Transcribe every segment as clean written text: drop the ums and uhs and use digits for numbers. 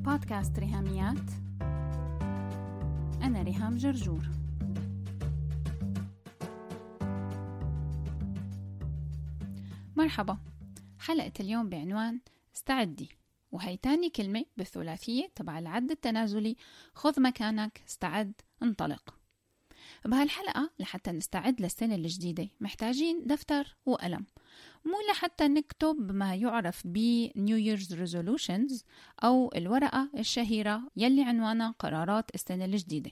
بودكاست ريهاميات. أنا ريهام جرجور. مرحبا. حلقة اليوم بعنوان استعدي، وهي تاني كلمة بالثلاثية تبع العد التنازلي خذ مكانك، استعد، انطلق. بهالحلقة لحتى نستعد للسنة الجديدة محتاجين دفتر وقلم، مو لحتى نكتب ما يعرف ب New Year's Resolutions أو الورقة الشهيرة يلي عنوانها قرارات السنة الجديدة،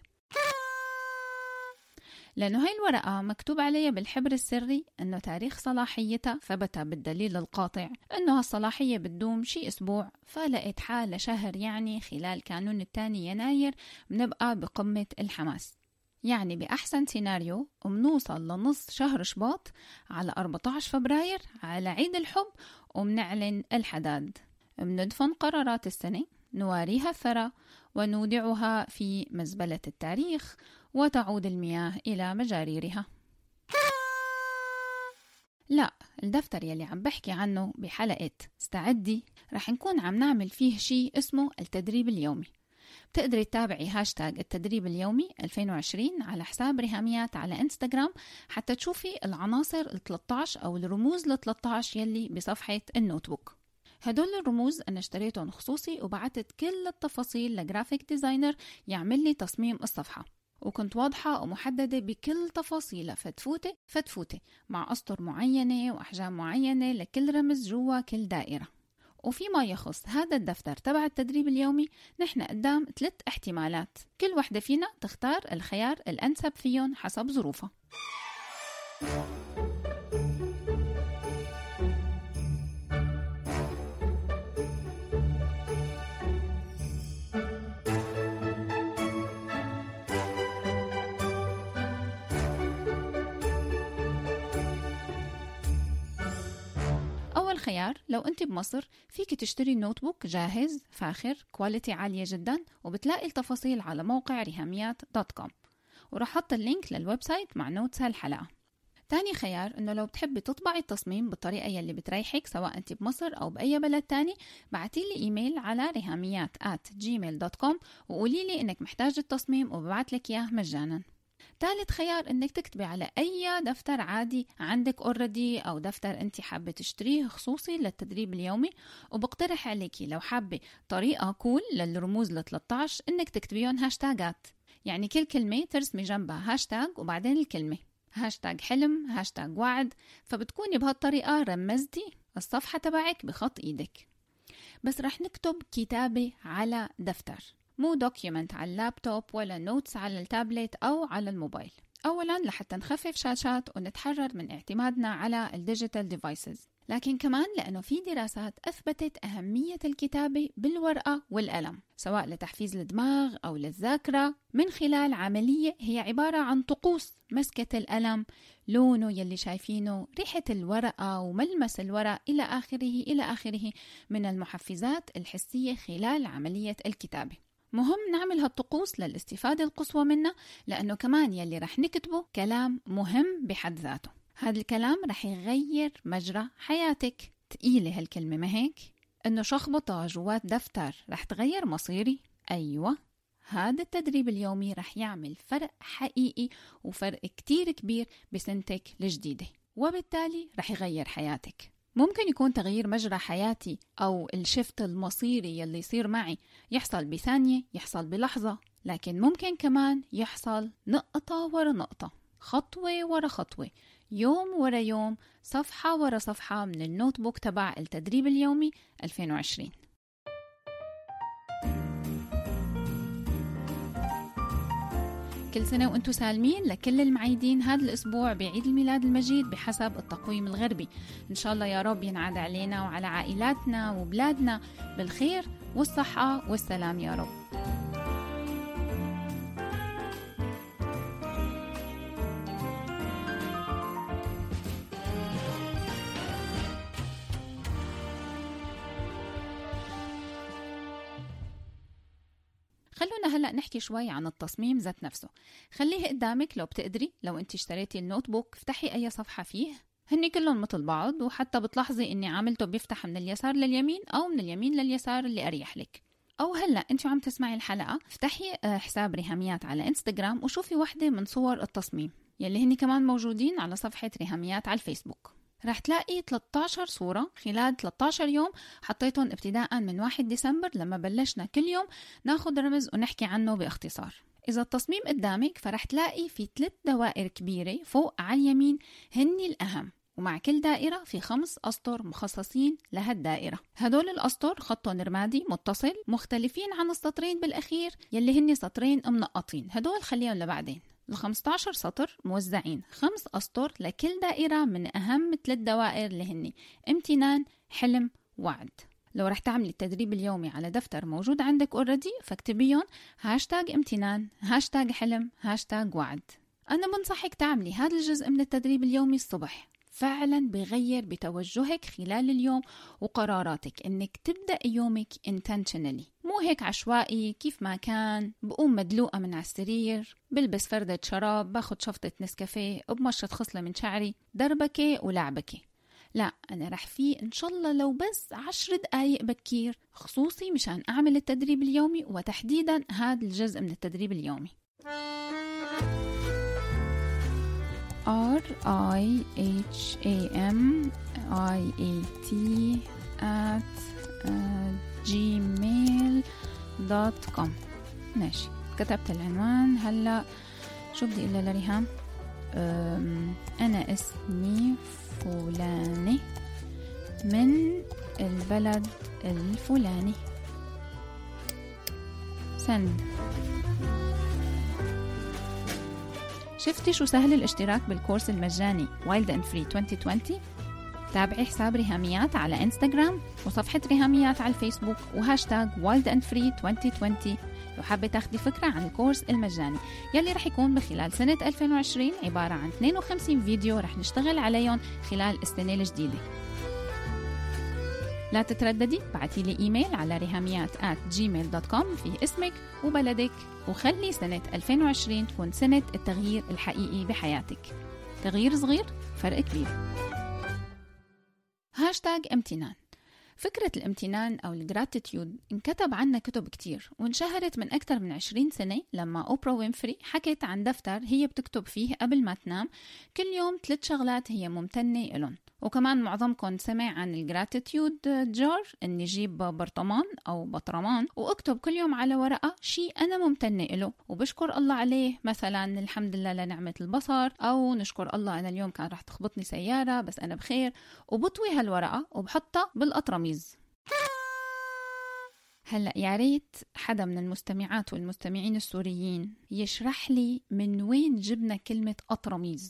لأنه هاي الورقة مكتوب عليها بالحبر السري أنه تاريخ صلاحيتها ثبت بالدليل القاطع أنه الصلاحية بتدوم شي أسبوع، فلقيت حال شهر، يعني خلال كانون الثاني يناير بنبقى بقمة الحماس. يعني بأحسن سيناريو ومنوصل لنص شهر شباط على 14 فبراير على عيد الحب ومنعلن الحداد، مندفن قرارات السنة، نواريها الثرى ونودعها في مزبلة التاريخ وتعود المياه إلى مجاريرها. لا، الدفتر يلي عم بحكي عنه بحلقة استعدي رح نكون عم نعمل فيه شيء اسمه التدريب اليومي. بتقدري تتابعي هاشتاج التدريب اليومي 2020 على حساب ريهاميات على انستغرام حتى تشوفي العناصر 13 أو الرموز 13 يلي بصفحة النوتبوك. هدول الرموز أنا اشتريتهم خصوصي وبعتت كل التفاصيل لجرافيك ديزاينر يعمل لي تصميم الصفحة، وكنت واضحة ومحددة بكل تفاصيلها فتفوتة مع أسطر معينة وأحجام معينة لكل رمز جوا كل دائرة. وفيما يخص هذا الدفتر تبع التدريب اليومي نحن قدام 3 احتمالات، كل واحدة فينا تختار الخيار الأنسب فيهم حسب ظروفها. أول خيار، لو أنت بمصر فيك تشتري نوتبوك جاهز فاخر كواليتي عالية جدا، وبتلاقي التفاصيل على موقع ريهاميات.com، ورح حط اللينك للويب سايت مع نوتس هالحلقة. تاني خيار، إنه لو بتحبي تطبعي التصميم بالطريقة يلي بتريحك سواء أنت بمصر أو بأي بلد تاني، بعتيلي إيميل على ريهاميات@gmail.com وقوليلي إنك محتاج التصميم وببعتلك إياه مجانا. ثالث خيار، انك تكتبي على اي دفتر عادي عندك اوريدي او دفتر انت حابه تشتريه خصوصي للتدريب اليومي، وبقترح عليكي لو حابه طريقه كول للرموز 13 انك تكتبيهم هاشتاجات، يعني كل كلمه ترسمي جنبها هاشتاج وبعدين الكلمه، هاشتاج حلم، هاشتاج وعد، فبتكوني بهالطريقه رمزتي الصفحه تبعك بخط ايدك. بس رح نكتب كتابه على دفتر، مو دوكيومنت على اللابتوب ولا نوتس على التابلت أو على الموبايل. أولا لحتى نخفف شاشات ونتحرر من اعتمادنا على الديجيتال ديفايسز، لكن كمان لأنه في دراسات أثبتت أهمية الكتابة بالورقة والقلم، سواء لتحفيز الدماغ أو للذاكرة، من خلال عملية هي عبارة عن طقوس مسكة القلم، لونه يلي شايفينه، ريحة الورقة وملمس الورق إلى آخره من المحفزات الحسية خلال عملية الكتابة. مهم نعمل هالطقوس للاستفادة القصوى منها، لأنه كمان يلي رح نكتبه كلام مهم بحد ذاته. هذا الكلام رح يغير مجرى حياتك. تقيلة هالكلمة ما هيك؟ إنه شخبطة جوات دفتر رح تغير مصيري؟ أيوة، هذا التدريب اليومي رح يعمل فرق حقيقي وفرق كتير كبير بسنتك الجديدة، وبالتالي رح يغير حياتك. ممكن يكون تغيير مجرى حياتي أو الشفت المصيري يلي يصير معي يحصل بثانية، يحصل بلحظة، لكن ممكن كمان يحصل نقطة ورا نقطة، خطوة ورا خطوة، يوم ورا يوم، صفحة ورا صفحة من النوتبوك تبع التدريب اليومي 2020. كل سنة وانتم سالمين. لكل المعيدين هذا الأسبوع بعيد الميلاد المجيد بحسب التقويم الغربي، إن شاء الله يا رب ينعاد علينا وعلى عائلاتنا وبلادنا بالخير والصحة والسلام يا رب. خلونا هلأ نحكي شوي عن التصميم ذات نفسه. خليه قدامك لو بتقدري، لو انت اشتريتي النوتبوك افتحي اي صفحة فيه، هني كلهم مثل بعض، وحتى بتلاحظي اني عاملته بيفتح من اليسار لليمين او من اليمين لليسار اللي اريح لك. أو هلأ أنت عم تسمعي الحلقة افتحي حساب ريهاميات على إنستغرام وشوفي واحدة من صور التصميم يلي هني كمان موجودين على صفحة ريهاميات على الفيسبوك. رح تلاقي 13 صورة خلال 13 يوم حطيتهم ابتداء من 1 ديسمبر لما بلشنا كل يوم ناخد رمز ونحكي عنه باختصار. إذا التصميم قدامك فرح تلاقي في 3 دوائر كبيرة فوق على اليمين هني الأهم، ومع كل دائرة في 5 أسطر مخصصين لهالدائرة. هدول الأسطر خطهم رمادي متصل مختلفين عن السطرين بالأخير يلي هني سطرين منقطين، هدول خليهم لبعدين. 15 سطر موزعين 5 أسطر لكل دائرة من أهم 3 دوائر اللي هني امتنان، حلم، وعد. لو رح تعملي التدريب اليومي على دفتر موجود عندك اوريدي فاكتبيهم هاشتاج امتنان، هاشتاج حلم، هاشتاج وعد. أنا بنصحك تعملي هذا الجزء من التدريب اليومي الصبح، فعلا بيغير بتوجهك خلال اليوم وقراراتك انك تبدأ يومك intentionally، مو هيك عشوائي كيف ما كان. بقوم مدلوقة من على السرير، بلبس فردة شراب، باخد شفطة نسكافيه، بمشط خصلة من شعري، دربكة ولعبكة. لا، أنا رح فيه إن شاء الله لو بس 10 دقايق بكير خصوصي مشان أعمل التدريب اليومي، وتحديدا هذا الجزء من التدريب اليومي. RIHAMIAT@gmail.com. ماشي، كتبت العنوان. هلا شو بدي إلا لريهام؟ أنا اسمي فلاني من البلد الفلاني. سند. شفتي شو سهل الاشتراك بالكورس المجاني Wild and Free 2020؟ تابعي حساب ريهاميات على انستغرام وصفحة ريهاميات على الفيسبوك وهاشتاج Wild and Free 2020 لو حابة تاخدي فكرة عن الكورس المجاني يلي رح يكون بخلال سنة 2020 عبارة عن 52 فيديو رح نشتغل عليهم خلال السنة الجديدة. لا تترددي، بعتيلي إيميل على rihamiyat@gmail.com فيه اسمك وبلدك، وخلي سنة 2020 تكون سنة التغيير الحقيقي بحياتك. تغيير صغير، فرق كبير. هاشتاج امتنان. فكرة الامتنان أو الجراتيتيود انكتب عنها كتب كتير وانشهرت من أكثر من 20 سنة لما أوبرا وينفري حكت عن دفتر هي بتكتب فيه قبل ما تنام كل يوم 3 شغلات هي ممتنة إلهم. وكمان معظمكم سمع عن الجراتيتيود جار، إني جيب برطمان أو بطرمان وأكتب كل يوم على ورقة شيء أنا ممتنة إله وبشكر الله عليه، مثلا الحمد لله لنعمة البصر، أو نشكر الله أنا اليوم كان رح تخبطني سيارة بس أنا بخير، وبطوي هالورقة وبحطها بالأطرميز. هلأ يا ريت حدا من المستمعات والمستمعين السوريين يشرح لي من وين جبنا كلمة أطرميز.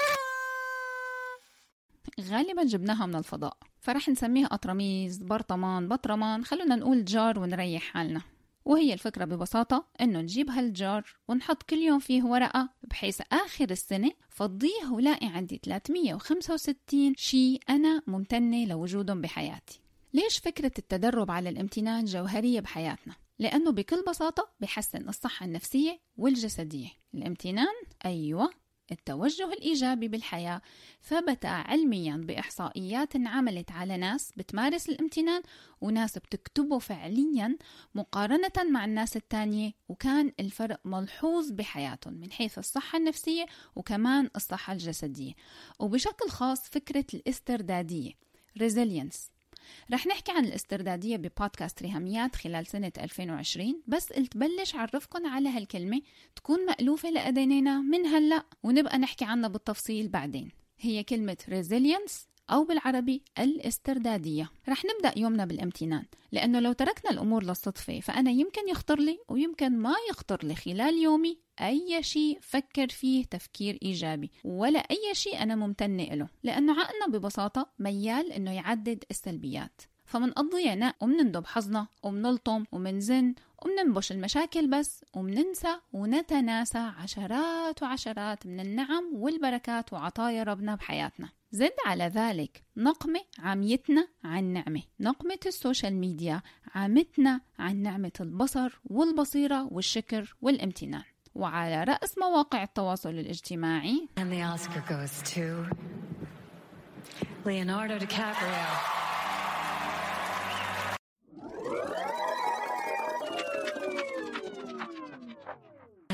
غالبا جبناها من الفضاء، فرح نسميها أطرميز، برطمان، بطرمان، خلونا نقول جار ونريح حالنا. وهي الفكرة ببساطة إنه نجيب هالجار ونحط كل يوم فيه ورقة بحيث آخر السنة فضيه ولاقي عندي 365 شيء أنا ممتنة لوجودهم بحياتي. ليش فكرة التدرب على الامتنان جوهرية بحياتنا؟ لأنه بكل بساطة بيحسن الصحة النفسية والجسدية. الامتنان أيوة التوجه الإيجابي بالحياة ثبت علميا بإحصائيات انعملت على ناس بتمارس الامتنان وناس بتكتبه فعليا مقارنة مع الناس التانية، وكان الفرق ملحوظ بحياتهم من حيث الصحة النفسية وكمان الصحة الجسدية. وبشكل خاص فكرة الاستردادية resilience. رح نحكي عن الاستردادية ببودكاست ريهاميات خلال سنة 2020، بس قلت بلش عرفكن على هالكلمة تكون مألوفة لأذاننا من هلأ ونبقى نحكي عنها بالتفصيل بعدين. هي كلمة resilience أو بالعربي الاستردادية. رح نبدأ يومنا بالامتنان، لأنه لو تركنا الأمور للصدفة فأنا يمكن يخطر لي ويمكن ما يخطر لي خلال يومي أي شيء فكر فيه تفكير إيجابي ولا أي شيء أنا ممتنة له، لأنه عقلنا ببساطة ميال إنه يعدد السلبيات، فمنقضي عناء ومنندب حظنا ومنلطم ومنزن ومننبش المشاكل بس، ومننسى ونتناسى عشرات وعشرات من النعم والبركات وعطايا ربنا بحياتنا. زد على ذلك نقمة عميتنا عن نعمة، نقمة السوشيال ميديا عمتنا عن نعمة البصر والبصيرة والشكر والامتنان. وعلى رأس مواقع التواصل الاجتماعي And the Oscar goes to Leonardo DiCaprio.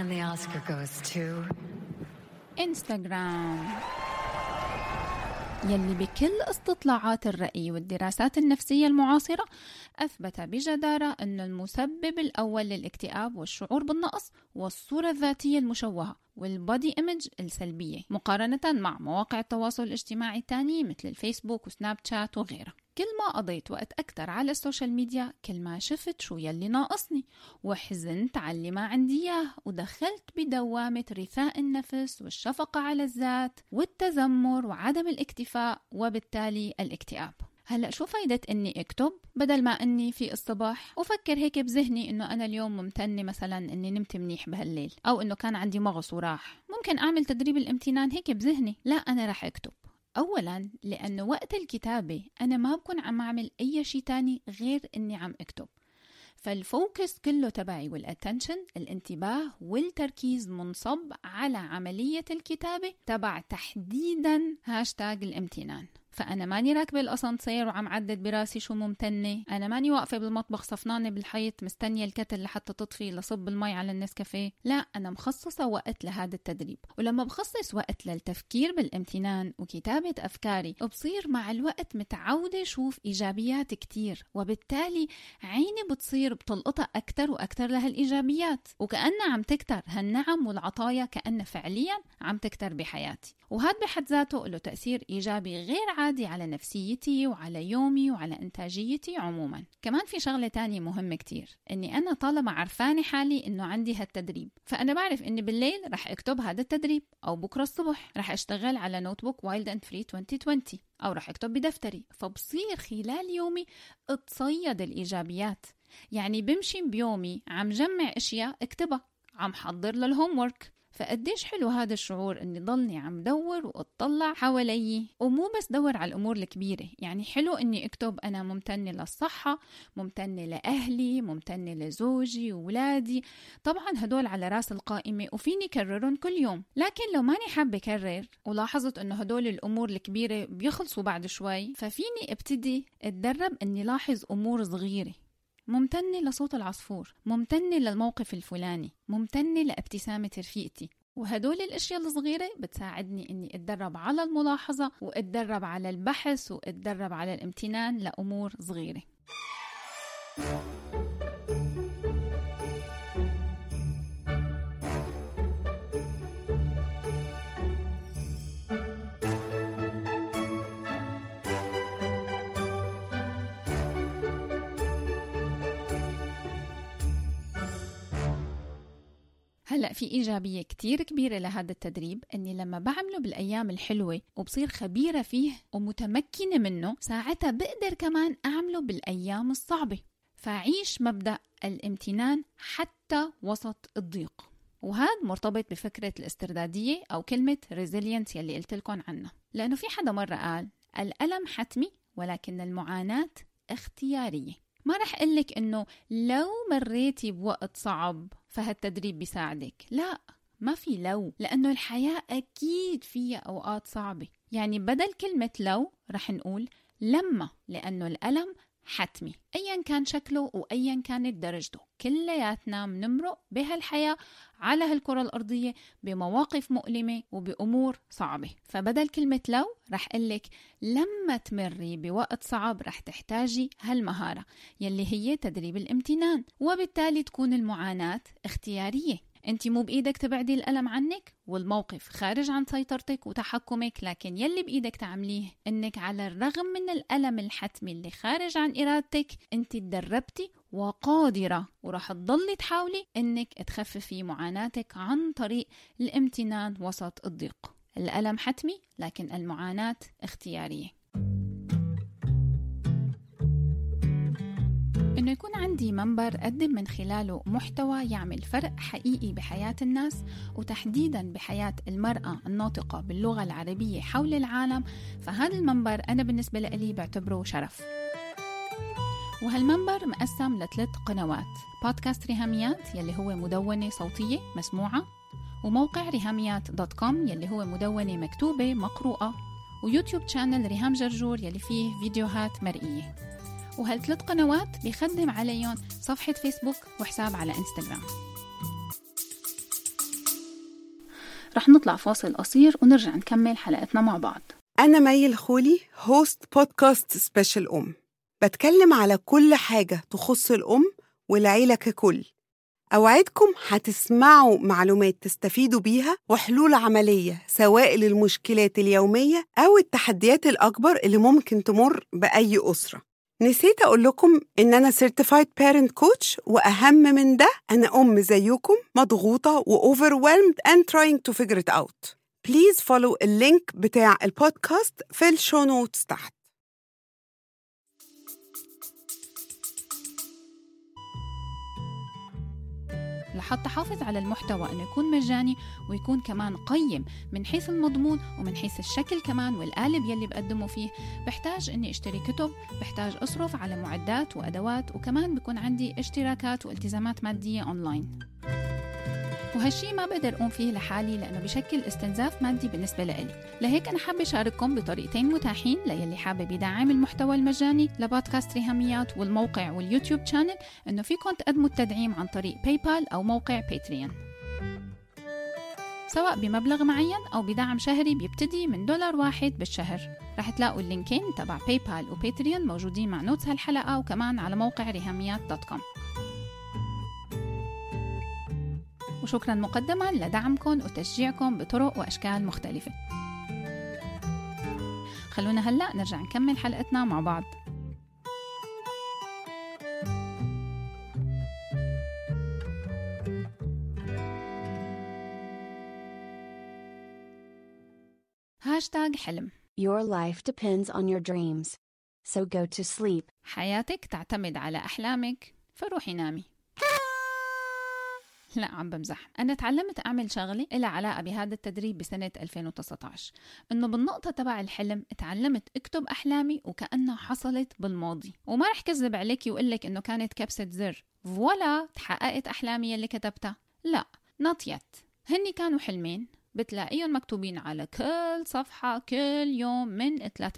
And the Oscar goes to... إنستغرام، يلي بكل استطلاعات الرأي والدراسات النفسية المعاصرة أثبت بجدارة أن المسبب الأول للاكتئاب والشعور بالنقص والصورة الذاتية المشوهة والبودي إيمج السلبية، مقارنة مع مواقع التواصل الاجتماعي التانية مثل الفيسبوك وسناب شات وغيرها. كل ما قضيت وقت أكتر على السوشيال ميديا كل ما شفت شو يلي ناقصني وحزنت على اللي ما عندي إياه، ودخلت بدوامة رثاء النفس والشفقة على الذات والتذمر وعدم الاكتفاء وبالتالي الاكتئاب. هلأ شو فايدة إني أكتب بدل ما إني في الصباح وفكر هيك بذهني إنه أنا اليوم ممتنة مثلا إني نمت منيح بهالليل، أو إنه كان عندي مغص وراح. ممكن أعمل تدريب الامتنان هيك بذهني. لا، أنا رح أكتب. أولا لأنه وقت الكتابة أنا ما بكون عم أعمل أي شيء تاني غير إني عم أكتب، فالفوكس كله تبعي والاتنشن الانتباه والتركيز منصب على عملية الكتابة تبع تحديدا هاشتاج الامتنان. فأنا ماني راكبة الأسانسير وعم عدد براسي شو ممتنة، أنا ماني واقفة بالمطبخ صفنانة بالحيط مستنية الكتل لحتى تطفي لصب المي على النسكافيه. لا، أنا مخصصة وقت لهذا التدريب. ولما بخصص وقت للتفكير بالامتنان وكتابة أفكاري بصير مع الوقت متعودة شوف إيجابيات كتير، وبالتالي عيني بتصير بتلقطها أكتر وأكتر لهالإيجابيات، وكأنها عم تكتر هالنعم والعطايا كأنها فعليا عم تكتر بحياتي. وهذا بحد ذاته له تأثير إيجابي غير عادي على نفسيتي وعلى يومي وعلى إنتاجيتي عموما. كمان في شغلة تانية مهمة كتير، إني أنا طالما عرفاني حالي إنه عندي هالتدريب، فأنا بعرف إني بالليل رح أكتب هذا التدريب، أو بكرة الصبح رح أشتغل على نوت بوك وايلد أند فري 2020، أو رح أكتب بدفتري. فبصير خلال يومي اتصيد الإيجابيات. يعني بمشي بيومي عم جمع أشياء اكتبها، عم حضر للهوم ورك. فقديش حلو هذا الشعور اني ضلني عم دور واطلع حوالي، ومو بس دور على الامور الكبيرة. يعني حلو اني اكتب انا ممتنة للصحة، ممتنة لاهلي، ممتنة لزوجي وولادي. طبعا هدول على راس القائمة وفيني كررهم كل يوم. لكن لو ماني حابة كرر ولاحظت انه هدول الامور الكبيرة بيخلصوا بعد شوي، ففيني ابتدي اتدرب اني لاحظ امور صغيرة. ممتنة لصوت العصفور، ممتنة للموقف الفلاني، ممتنة لابتسامة رفيقتي. وهدول الاشياء الصغيرة بتساعدني اني اتدرب على الملاحظة واتدرب على البحث واتدرب على الامتنان لأمور صغيرة. هلأ في إيجابية كتير كبيرة لهذا التدريب، أني لما بعمله بالأيام الحلوة وبصير خبيرة فيه ومتمكنة منه، ساعتها بقدر كمان أعمله بالأيام الصعبة. فعيش مبدأ الامتنان حتى وسط الضيق. وهذا مرتبط بفكرة الاستردادية أو كلمة resilience يلي قلت لكم عنها. لأنه في حدا مرة قال الألم حتمي ولكن المعاناة اختيارية. ما رح قلك إنه لو مريتي بوقت صعب فهالتدريب بيساعدك. لا، ما في لو، لأنه الحياة أكيد فيها أوقات صعبة. يعني بدل كلمة لو رح نقول لما، لأنه الألم حتمي أيا كان شكله وأيا كانت درجته. كلياتنا منمرق بهالحياة على هالكرة الأرضية بمواقف مؤلمة وبأمور صعبة. فبدل كلمة لو رح قلك لما تمري بوقت صعب رح تحتاجي هالمهارة يلي هي تدريب الامتنان، وبالتالي تكون المعاناة اختيارية. انت مو بإيدك تبعدي الألم عنك والموقف خارج عن سيطرتك وتحكمك، لكن يلي بإيدك تعمليه انك على الرغم من الألم الحتمي اللي خارج عن إرادتك انت تدربتي وقادرة ورح تضلي تحاولي انك تخففي معاناتك عن طريق الامتنان وسط الضيق. الألم حتمي لكن المعاناة اختيارية. إنه يكون عندي منبر أقدم من خلاله محتوى يعمل فرق حقيقي بحياة الناس، وتحديداً بحياة المرأة الناطقة باللغة العربية حول العالم، فهذا المنبر أنا بالنسبة لي بعتبره شرف. وهالمنبر مقسم ل3 قنوات: بودكاست ريهاميات يلي هو مدونة صوتية مسموعة، وموقع ريهاميات.com يلي هو مدونة مكتوبة مقروءة، ويوتيوب شانل ريهام جرجور يلي فيه فيديوهات مرئية. وهال3 قنوات بيخدم عليهم صفحة فيسبوك وحساب على إنستغرام. رح نطلع فاصل قصير ونرجع نكمل حلقتنا مع بعض. أنا مي الخولي، هوست بودكاست سبيشال أم. بتكلم على كل حاجة تخص الأم والعيلة ككل. أوعدكم هتسمعوا معلومات تستفيدوا بيها وحلول عملية، سواء للمشكلات اليومية أو التحديات الأكبر اللي ممكن تمر بأي أسرة. نسيت أقول لكم إن أنا Certified Parent Coach، وأهم من ده أنا أم زيكم مضغوطة و overwhelmed and trying to figure it out. Please follow اللينك بتاع البودكاست في الشو نوتس تحت. لحتى حافظ على المحتوى أنه يكون مجاني ويكون كمان قيم من حيث المضمون ومن حيث الشكل كمان والقالب يلي بقدمه فيه، بحتاج أني اشتري كتب، بحتاج أصرف على معدات وأدوات، وكمان بيكون عندي اشتراكات والتزامات مادية أونلاين. وهالشي ما بقدر أقوم فيه لحالي لأنه بشكل استنزاف مادي بالنسبة لإلي. لهيك أنا حابة أشارككم بطريقتين متاحين ليلي حابب يدعم المحتوى المجاني لبودكاست ريهاميات والموقع واليوتيوب شانل، إنه فيكم تقدموا التدعيم عن طريق باي بال أو موقع باتريون، سواء بمبلغ معين أو بدعم شهري بيبتدي من $1 بالشهر. رح تلاقوا اللينكين تبع باي بال وباتريون موجودين مع نوتس هالحلقة وكمان على موقع ريهاميات.com. وشكرا مقدما لدعمكم وتشجيعكم بطرق وأشكال مختلفة. خلونا هلأ نرجع نكمل حلقتنا مع بعض. هاشتاج حلم. Your life depends on your dreams, so go to sleep. حياتك تعتمد على أحلامك، فروحي نامي. لا عم بمزح. أنا تعلمت أعمل شغلي إلى علاقة بهذا التدريب بسنة 2019، إنه بالنقطة تبع الحلم اتعلمت أكتب أحلامي وكأنها حصلت بالماضي. وما رح كذب عليكي وقلك إنه كانت كبسة زر ولا تحققت أحلامي اللي كتبتها، لا not yet. هني كانوا حلمين بتلاقيهم مكتوبين على كل صفحة كل يوم من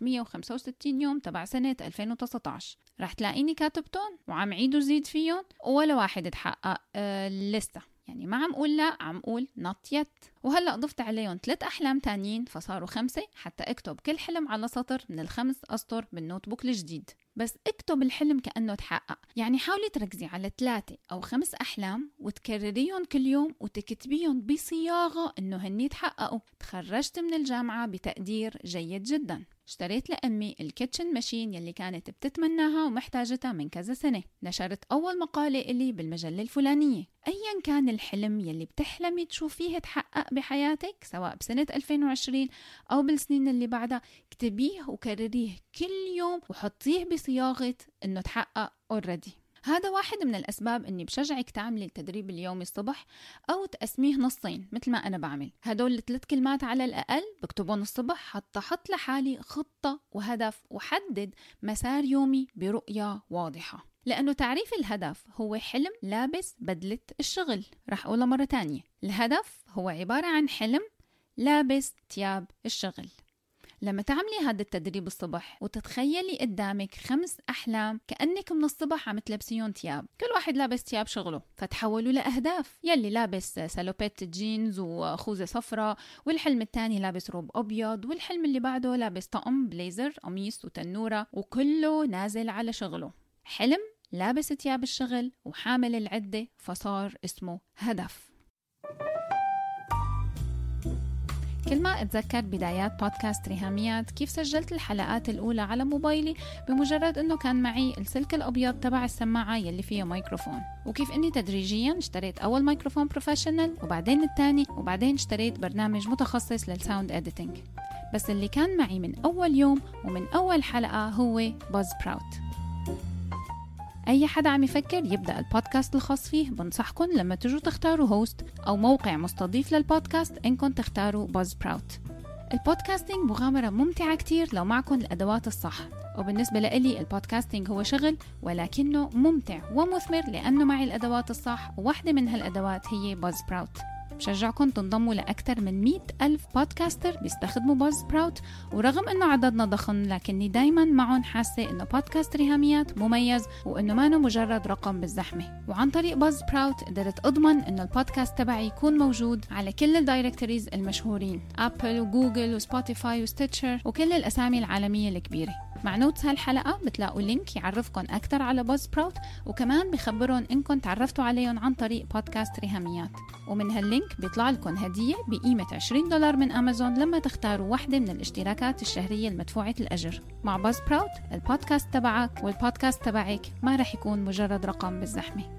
365 يوم تبع سنة 2019. رح تلاقيني كاتبتهم وعم عيد وزيد فيهم ولا واحد اتحقق لسه. يعني ما عم قول لا، عم قول not yet. وهلأ ضفت عليهم 3 أحلام تانيين فصاروا 5 حتى اكتب كل حلم على سطر من 5 أسطر بالنوت بوك الجديد. بس اكتب الحلم كأنه تحقق. يعني حاولي تركزي على 3 أو 5 أحلام وتكرريهم كل يوم وتكتبيهم بصياغة إنه هني تحققوا. تخرجت من الجامعة بتقدير جيد جدا. اشتريت لأمي الكيتشن ماشين يلي كانت بتتمناها ومحتاجتها من كذا سنة. نشرت أول مقالة إلي بالمجلة الفلانية. أيا كان الحلم يلي بتحلمي تشوفيه تحقق بحياتك، سواء بسنة 2020 أو بالسنين اللي بعدها، اكتبيه وكرريه كل يوم وحطيه بصياغة إنه تحقق already. هذا واحد من الأسباب إني بشجعك تعملي التدريب اليومي الصبح أو تقسميه نصين مثل ما أنا بعمل. هدول 3 كلمات على الأقل بكتبهم الصبح حتى حط لحالي خطة وهدف وحدد مسار يومي برؤية واضحة. لأنه تعريف الهدف هو حلم لابس بدلة الشغل. رح أقولها مرة تانية، الهدف هو عبارة عن حلم لابس تياب الشغل. لما تعملي هذا التدريب الصبح وتتخيلي قدامك 5 أحلام كأنك من الصبح عم تلبسيون تياب، كل واحد لابس تياب شغله، فتحولوا لأهداف. يلي لابس سالوبيت جينز وخوذة صفراء، والحلم الثاني لابس روب أبيض، والحلم اللي بعده لابس طقم بليزر قميص وتنورة، وكله نازل على شغله. حلم لابس تياب الشغل وحامل العدة، فصار اسمه هدف. كل ما أتذكر بدايات بودكاست ريهاميات كيف سجلت الحلقات الأولى على موبايلي بمجرد أنه كان معي السلك الأبيض تبع السماعة يلي فيها ميكروفون، وكيف أني تدريجيا اشتريت أول ميكروفون بروفيشنال وبعدين الثاني وبعدين اشتريت برنامج متخصص للساوند إديتنج. بس اللي كان معي من أول يوم ومن أول حلقة هو Buzzsprout. أي حدا عم يفكر يبدأ البودكاست الخاص فيه، بنصحكم لما تجوا تختاروا هوست أو موقع مستضيف للبودكاست إنكم تختاروا Buzzsprout. البودكاستينج مغامرة ممتعة كتير لو معكم الأدوات الصح، وبالنسبة لإلي البودكاستينج هو شغل ولكنه ممتع ومثمر لأنه معي الأدوات الصح، وواحدة من هالأدوات هي Buzzsprout. بشجعكم تنضموا لأكثر من 100,000 بودكاستر بيستخدموا باز سبراوت، ورغم إنه عددنا ضخم لكني دايما معهم حاسة إنه بودكاست ريهاميات مميز وإنه ما مجرد رقم بالزحمة. وعن طريق باز سبراوت قدرت أضمن إنه البودكاست تبعي يكون موجود على كل الدايركتوريز المشهورين، أبل وجوجل وسبوتيفاي وستيتشر وكل الأسامي العالمية الكبيرة. مع نوتس هالحلقة بتلاقوا لينك يعرفكم أكتر على باز سبراوت، وكمان بخبرهم إنكم تعرفتوا عليهم عن طريق بودكاست ريهاميات، ومن هاللينك بيطلع لكم هدية بقيمة $20 من أمازون لما تختاروا واحدة من الاشتراكات الشهرية المدفوعة الأجر. مع باز سبراوت البودكاست تبعك والبودكاست تبعك ما رح يكون مجرد رقم بالزحمة.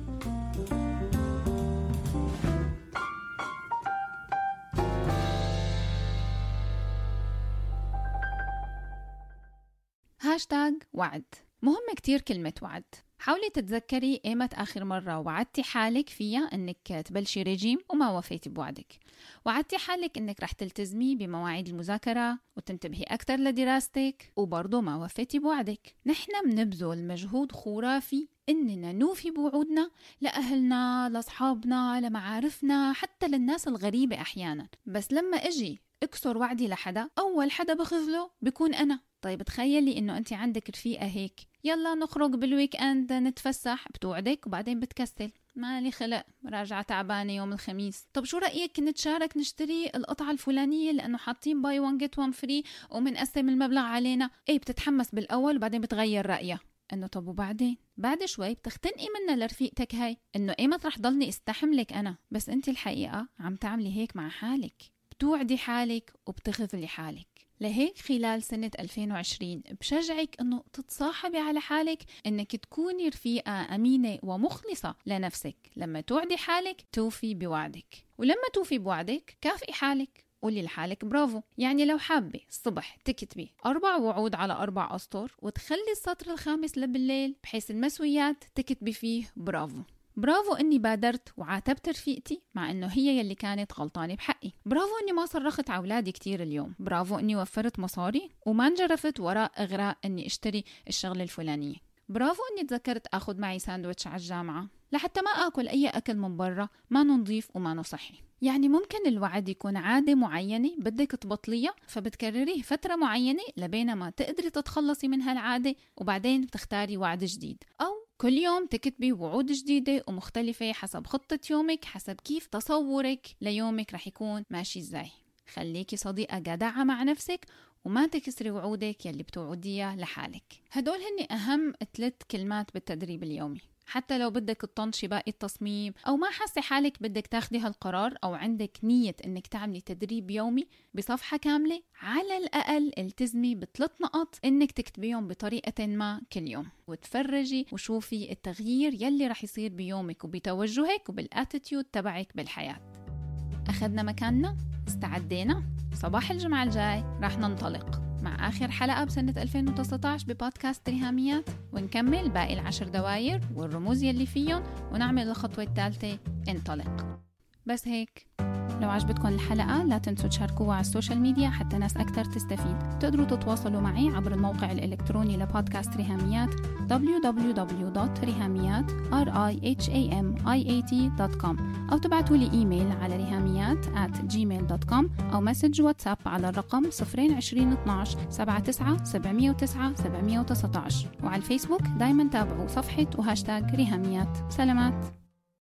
هاشتاج وعد. مهم كتير كلمة وعد. حاولي تتذكري ايمت آخر مرة وعدتي حالك فيها انك تبلشي ريجيم وما وفيتي بوعدك. وعدتي حالك انك رح تلتزمي بمواعيد المذاكرة وتنتبهي أكتر لدراستك وبرضو ما وفيتي بوعدك. نحن بنبذل مجهود خرافي إننا نوفي بوعودنا لأهلنا، لأصحابنا، لمعارفنا، حتى للناس الغريبة أحيانا. بس لما أجي اكسر وعدي لحدا، أول حدا بخذله بكون أنا. طيب تخيلي إنه أنت عندك رفيقة هيك، يلا نخرج بالويك أند نتفسح، بتوعدك وبعدين بتكسل، مالي خلق، راجعة تعبانة يوم الخميس. طب شو رأيك نتشارك نشتري القطعة الفلانية لأنه حاطين باي وان جيت وان فري ومنقسم المبلغ علينا؟ ايه بتتحمس بالأول وبعدين بتغير رأيها إنه طب وبعدين بعد شوي بتختنقي منها لرفيقتك هاي إنه إيمت رح ضلني استحملك أنا. بس أنت الحقيقة عم تعملي هيك مع حالك، بتوعدي حالك وبتخذلي حالك. لهيك خلال سنة 2020 بشجعك أنه تتصاحبي على حالك، أنك تكوني رفيقة أمينة ومخلصة لنفسك. لما توعدي حالك توفي بوعدك، ولما توفي بوعدك كافئي حالك، قولي لحالك برافو. يعني لو حابة الصبح تكتبي 4 وعود على 4 أسطر وتخلي السطر الخامس لبالليل بحيث المسويات تكتبي فيه برافو. برافو اني بادرت وعاتبت رفيقتي مع انه هي يلي كانت غلطانة بحقي. برافو اني ما صرخت على اولادي كتير اليوم. برافو اني وفرت مصاري وما انجرفت وراء اغراء اني اشتري الشغلة الفلانية. برافو اني تذكرت اخذ معي ساندويتش على الجامعة لحتى ما اكل اي اكل من برا ما نضيف وما نصحي. يعني ممكن الوعد يكون عادة معينة بدك تبطليها فبتكرريه فترة معينة لبين ما تقدري تتخلصي من هالعادة وبعدين بتختاري وعد جديد، أو كل يوم تكتبي وعود جديدة ومختلفة حسب خطة يومك، حسب كيف تصورك ليومك رح يكون ماشي ازاي. خليكي صديقة جدعة مع نفسك وما تكسري وعودك يلي بتوعديها لحالك. هدول هن أهم 3 كلمات بالتدريب اليومي. حتى لو بدك تطنشي باقي التصميم أو ما حاسة حالك بدك تاخدي هالقرار أو عندك نية إنك تعملي تدريب يومي بصفحة كاملة، على الأقل التزمي ب3 نقط إنك تكتبيهم بطريقة ما كل يوم وتفرجي وشوفي التغيير يلي رح يصير بيومك وبتوجهك وبالاتيتيود تبعك بالحياة. أخذنا مكاننا، استعدينا، صباح الجمعة الجاي رح ننطلق مع آخر حلقة بسنة 2019 ببودكاست ريهاميات، ونكمل باقي 10 دواير والرموز يلي فيهم ونعمل الخطوة الثالثة انطلق. بس هيك. لو عجبتكم الحلقة لا تنسوا تشاركوها على السوشيال ميديا حتى ناس أكتر تستفيد. تقدروا تتواصلوا معي عبر الموقع الإلكتروني لبودكاست ريهاميات www.rihamiat.com أو تبعتوا لي إيميل على rihamiyat@gmail.com أو مسج واتساب على الرقم 020 12 79 709 719. وعلى الفيسبوك دايما تابعوا صفحة وهاشتاج ريهاميات. سلامات.